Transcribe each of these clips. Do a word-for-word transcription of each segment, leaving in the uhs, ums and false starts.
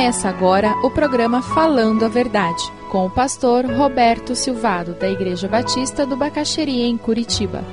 Começa agora o programa Falando a Verdade, com o pastor Roberto Silvado, da Igreja Batista do Bacaxeria, em Curitiba.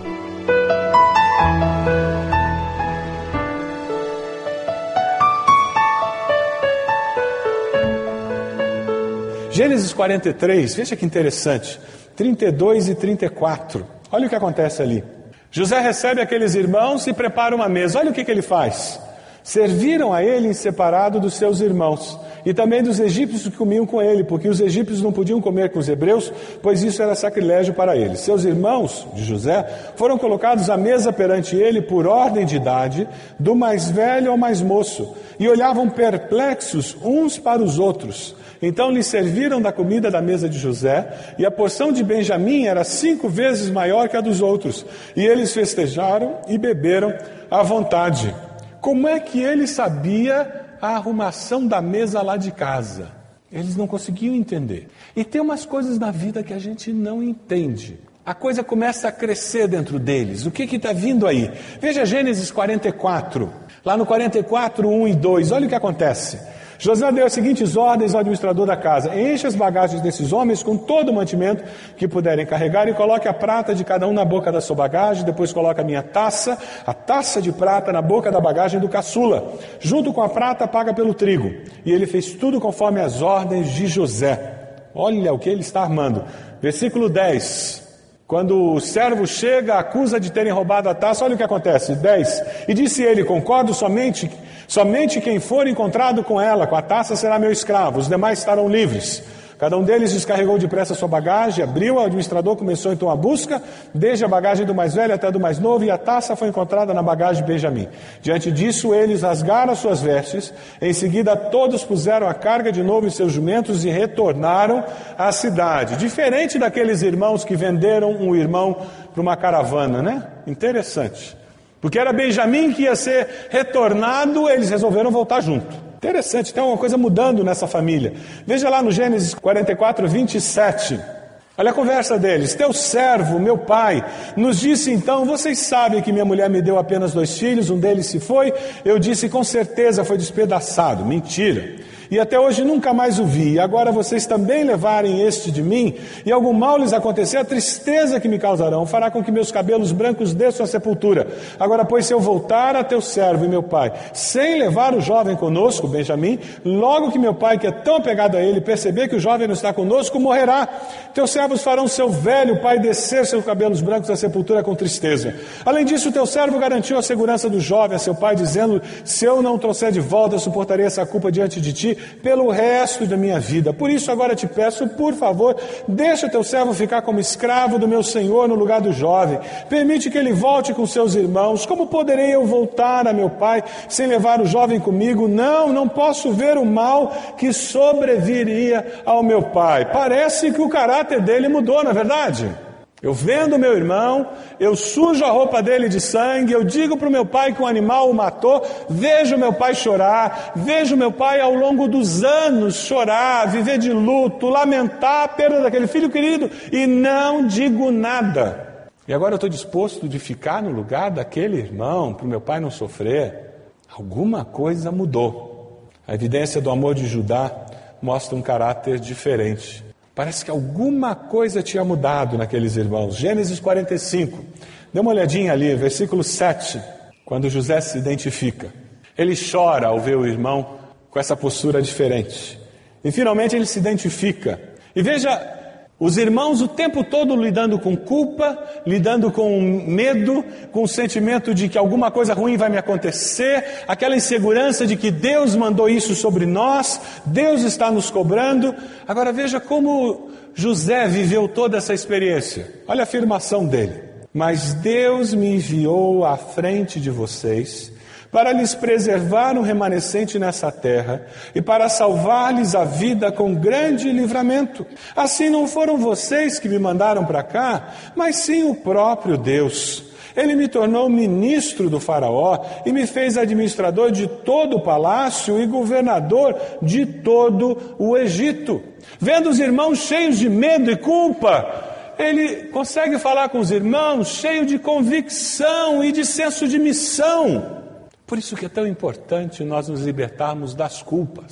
Gênesis quarenta e três, veja que interessante, trinta e dois e trinta e quatro, olha o que acontece ali. José recebe aqueles irmãos e prepara uma mesa, olha o que, que ele faz. Serviram a ele em separado dos seus irmãos e também dos egípcios que comiam com ele, porque os egípcios não podiam comer com os hebreus, pois isso era sacrilégio para eles. Seus irmãos de José foram colocados à mesa perante ele por ordem de idade, do mais velho ao mais moço, e olhavam perplexos uns para os outros. Então lhe serviram da comida da mesa de José, e a porção de Benjamim era cinco vezes maior que a dos outros, e eles festejaram e beberam à vontade. Como é que ele sabia a arrumação da mesa lá de casa? Eles não conseguiam entender. E tem umas coisas na vida que a gente não entende. A coisa começa a crescer dentro deles. O que está vindo aí? Veja Gênesis quarenta e quatro. Lá no quarenta e quatro, um e dois, olha o que acontece. José deu as seguintes ordens ao administrador da casa: enche as bagagens desses homens com todo o mantimento que puderem carregar e coloque a prata de cada um na boca da sua bagagem, depois coloque a minha taça, a taça de prata na boca da bagagem do caçula. Junto com a prata paga pelo trigo. E ele fez tudo conforme as ordens de José. Olha o que ele está armando. Versículo dez. Quando o servo chega, acusa de terem roubado a taça, olha o que acontece. dez. E disse ele: concordo somente... Somente quem for encontrado com ela, com a taça, será meu escravo, os demais estarão livres. Cada um deles descarregou depressa sua bagagem, abriu, o administrador começou então a busca, desde a bagagem do mais velho até a do mais novo, e a taça foi encontrada na bagagem de Benjamim. Diante disso, eles rasgaram as suas vestes, em seguida todos puseram a carga de novo em seus jumentos e retornaram à cidade. Diferente daqueles irmãos que venderam um irmão para uma caravana, né? Interessante. Porque era Benjamim que ia ser retornado, eles resolveram voltar junto. Interessante, tem uma coisa mudando nessa família. Veja lá no Gênesis quarenta e quatro, vinte e sete. Olha a conversa deles. Teu servo, meu pai, nos disse então: vocês sabem que minha mulher me deu apenas dois filhos, um deles se foi. Eu disse: com certeza foi despedaçado. Mentira. E até hoje nunca mais o vi. E agora vocês também levarem este de mim, e algum mal lhes acontecer, a tristeza que me causarão fará com que meus cabelos brancos desçam à sepultura. Agora, pois, se eu voltar a teu servo e meu pai, sem levar o jovem conosco, Benjamim, logo que meu pai, que é tão apegado a ele, perceber que o jovem não está conosco, morrerá. Teus servos farão seu velho pai descer seus cabelos brancos à sepultura com tristeza. Além disso, teu servo garantiu a segurança do jovem a seu pai, dizendo: se eu não o trouxer de volta, eu suportarei essa culpa diante de ti pelo resto da minha vida. Por isso agora te peço, por favor, deixa teu servo ficar como escravo do meu senhor no lugar do jovem. Permite que ele volte com seus irmãos. Como poderei eu voltar a meu pai sem levar o jovem comigo? Não, não posso ver o mal que sobreviria ao meu pai. Parece que o caráter dele mudou, não é verdade? Eu vendo meu irmão, eu sujo a roupa dele de sangue, eu digo para o meu pai que um animal o matou, vejo meu pai chorar, vejo meu pai ao longo dos anos chorar, viver de luto, lamentar a perda daquele filho querido, e não digo nada. E agora eu estou disposto de ficar no lugar daquele irmão, para o meu pai não sofrer. Alguma coisa mudou. A evidência do amor de Judá mostra um caráter diferente. Parece que alguma coisa tinha mudado naqueles irmãos. Gênesis quarenta e cinco. Dê uma olhadinha ali, versículo sete. Quando José se identifica. Ele chora ao ver o irmão com essa postura diferente. E finalmente ele se identifica. E veja, os irmãos o tempo todo lidando com culpa, lidando com medo, com o sentimento de que alguma coisa ruim vai me acontecer, aquela insegurança de que Deus mandou isso sobre nós, Deus está nos cobrando. Agora veja como José viveu toda essa experiência. Olha a afirmação dele: mas Deus me enviou à frente de vocês para lhes preservar um remanescente nessa terra e para salvar-lhes a vida com grande livramento. Assim não foram vocês que me mandaram para cá, mas sim o próprio Deus. Ele me tornou ministro do faraó e me fez administrador de todo o palácio e governador de todo o Egito. Vendo os irmãos cheios de medo e culpa, ele consegue falar com os irmãos cheio de convicção e de senso de missão. Por isso que é tão importante nós nos libertarmos das culpas.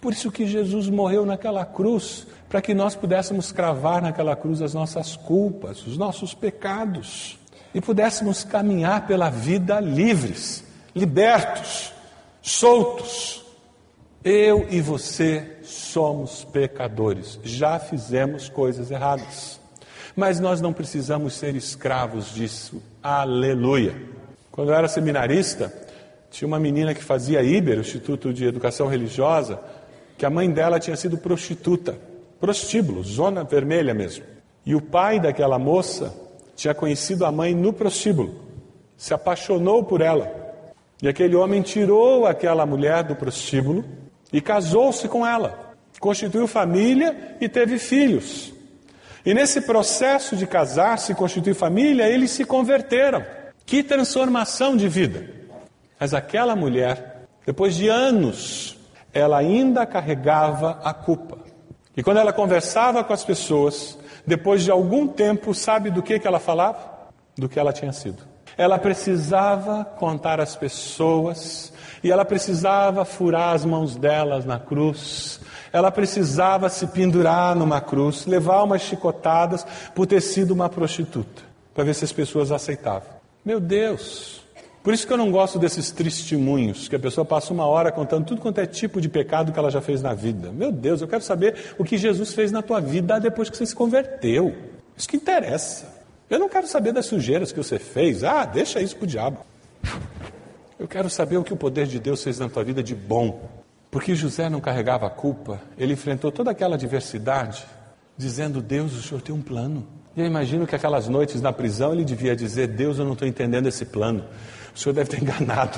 Por isso que Jesus morreu naquela cruz, para que nós pudéssemos cravar naquela cruz as nossas culpas, os nossos pecados, e pudéssemos caminhar pela vida livres, libertos, soltos. Eu e você somos pecadores, já fizemos coisas erradas, mas nós não precisamos ser escravos disso. Aleluia! Quando eu era seminarista, tinha uma menina que fazia I B E R, o Instituto de Educação Religiosa, que a mãe dela tinha sido prostituta, prostíbulo, zona vermelha mesmo. E o pai daquela moça tinha conhecido a mãe no prostíbulo, se apaixonou por ela. E aquele homem tirou aquela mulher do prostíbulo e casou-se com ela, constituiu família e teve filhos. E nesse processo de casar-se e constituir família, eles se converteram. Que transformação de vida! Mas aquela mulher, depois de anos, ela ainda carregava a culpa. E quando ela conversava com as pessoas, depois de algum tempo, sabe do que, que ela falava? Do que ela tinha sido. Ela precisava contar às pessoas, e ela precisava furar as mãos delas na cruz, ela precisava se pendurar numa cruz, levar umas chicotadas por ter sido uma prostituta, para ver se as pessoas aceitavam. Meu Deus! Por isso que eu não gosto desses testemunhos, que a pessoa passa uma hora contando tudo quanto é tipo de pecado que ela já fez na vida. Meu Deus, eu quero saber o que Jesus fez na tua vida depois que você se converteu. Isso que interessa. Eu não quero saber das sujeiras que você fez. Ah, deixa isso pro diabo. Eu quero saber o que o poder de Deus fez na tua vida de bom. Porque José não carregava a culpa, ele enfrentou toda aquela adversidade, dizendo: Deus, o Senhor tem um plano. E eu imagino que aquelas noites na prisão ele devia dizer: Deus, eu não estou entendendo esse plano. O Senhor deve ter enganado.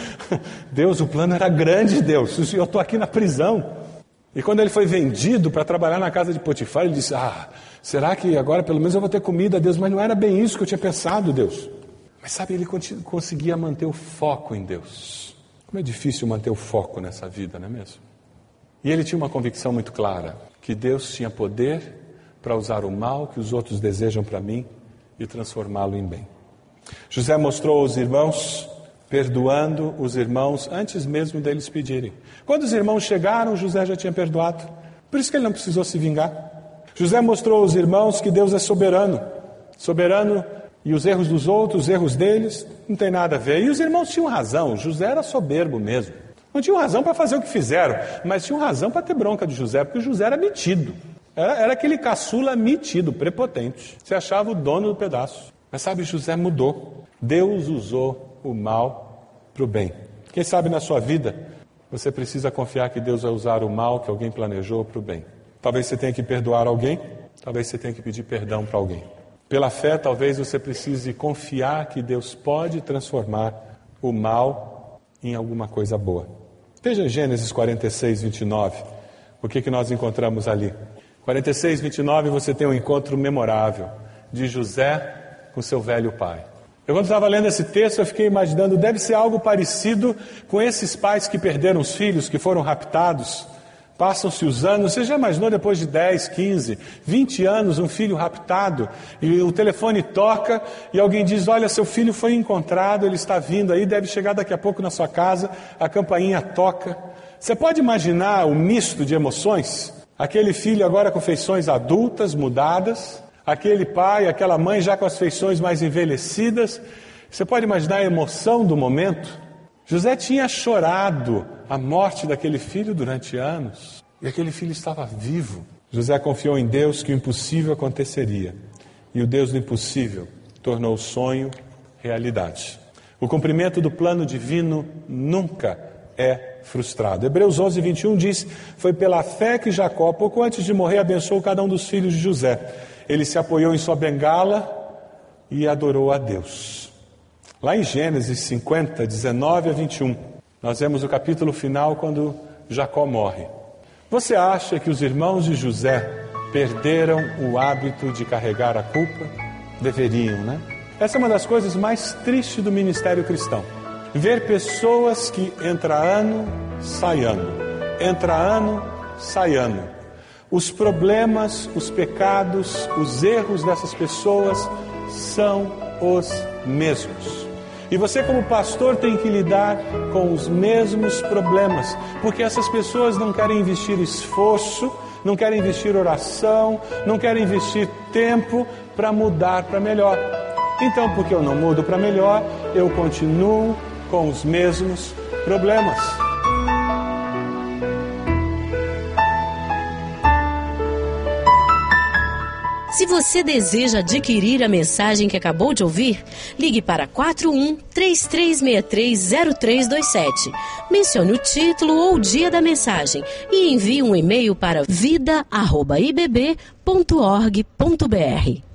Deus, o plano era grande, Deus. Eu estou aqui na prisão. E quando ele foi vendido para trabalhar na casa de Potifar, ele disse: ah, será que agora pelo menos eu vou ter comida, Deus? Mas não era bem isso que eu tinha pensado, Deus. Mas sabe, ele conseguia manter o foco em Deus. Como é difícil manter o foco nessa vida, não é mesmo? E ele tinha uma convicção muito clara, que Deus tinha poder para usar o mal que os outros desejam para mim e transformá-lo em bem. José mostrou aos irmãos, perdoando os irmãos antes mesmo deles pedirem. Quando os irmãos chegaram, José já tinha perdoado. Por isso que ele não precisou se vingar. José mostrou aos irmãos que Deus é soberano. Soberano, e os erros dos outros, os erros deles, não tem nada a ver. E os irmãos tinham razão, José era soberbo mesmo. Não tinham razão para fazer o que fizeram, mas tinham razão para ter bronca de José, porque José era metido. Era, era aquele caçula metido, prepotente. Se achava o dono do pedaço. Mas sabe, José mudou. Deus usou o mal para o bem. Quem sabe na sua vida, você precisa confiar que Deus vai usar o mal que alguém planejou para o bem. Talvez você tenha que perdoar alguém, talvez você tenha que pedir perdão para alguém. Pela fé, talvez você precise confiar que Deus pode transformar o mal em alguma coisa boa. Veja Gênesis quarenta e seis, vinte e nove. O que, que nós encontramos ali? quarenta e seis, vinte e nove, você tem um encontro memorável de José com seu velho pai. Eu quando estava lendo esse texto, eu fiquei imaginando, deve ser algo parecido com esses pais que perderam os filhos, que foram raptados. Passam-se os anos, você já imaginou depois de dez, quinze, vinte anos, um filho raptado, e o telefone toca, e alguém diz: olha, seu filho foi encontrado, ele está vindo aí, deve chegar daqui a pouco na sua casa, a campainha toca. Você pode imaginar o misto de emoções? Aquele filho agora com feições adultas, mudadas, aquele pai, aquela mãe já com as feições mais envelhecidas. Você pode imaginar a emoção do momento? José tinha chorado a morte daquele filho durante anos, e aquele filho estava vivo. José confiou em Deus que o impossível aconteceria, e o Deus do impossível tornou o sonho realidade. O cumprimento do plano divino nunca é frustrado. Hebreus onze, vinte e um diz: foi pela fé que Jacó, pouco antes de morrer, abençoou cada um dos filhos de José. Ele se apoiou em sua bengala e adorou a Deus. Lá em Gênesis cinquenta, dezenove a vinte e um, nós vemos o capítulo final quando Jacó morre. Você acha que os irmãos de José perderam o hábito de carregar a culpa? Deveriam, né? Essa é uma das coisas mais tristes do ministério cristão. Ver pessoas que entra ano, sai ano. Entra ano, sai ano. Os problemas, os pecados, os erros dessas pessoas são os mesmos. E você, como pastor, tem que lidar com os mesmos problemas, porque essas pessoas não querem investir esforço, não querem investir oração, não querem investir tempo para mudar para melhor. Então, porque eu não mudo para melhor, eu continuo com os mesmos problemas. Se você deseja adquirir a mensagem que acabou de ouvir, ligue para quatro um, três três seis três, zero três dois sete. Mencione o título ou o dia da mensagem e envie um e-mail para vida arroba i b b ponto org ponto b r.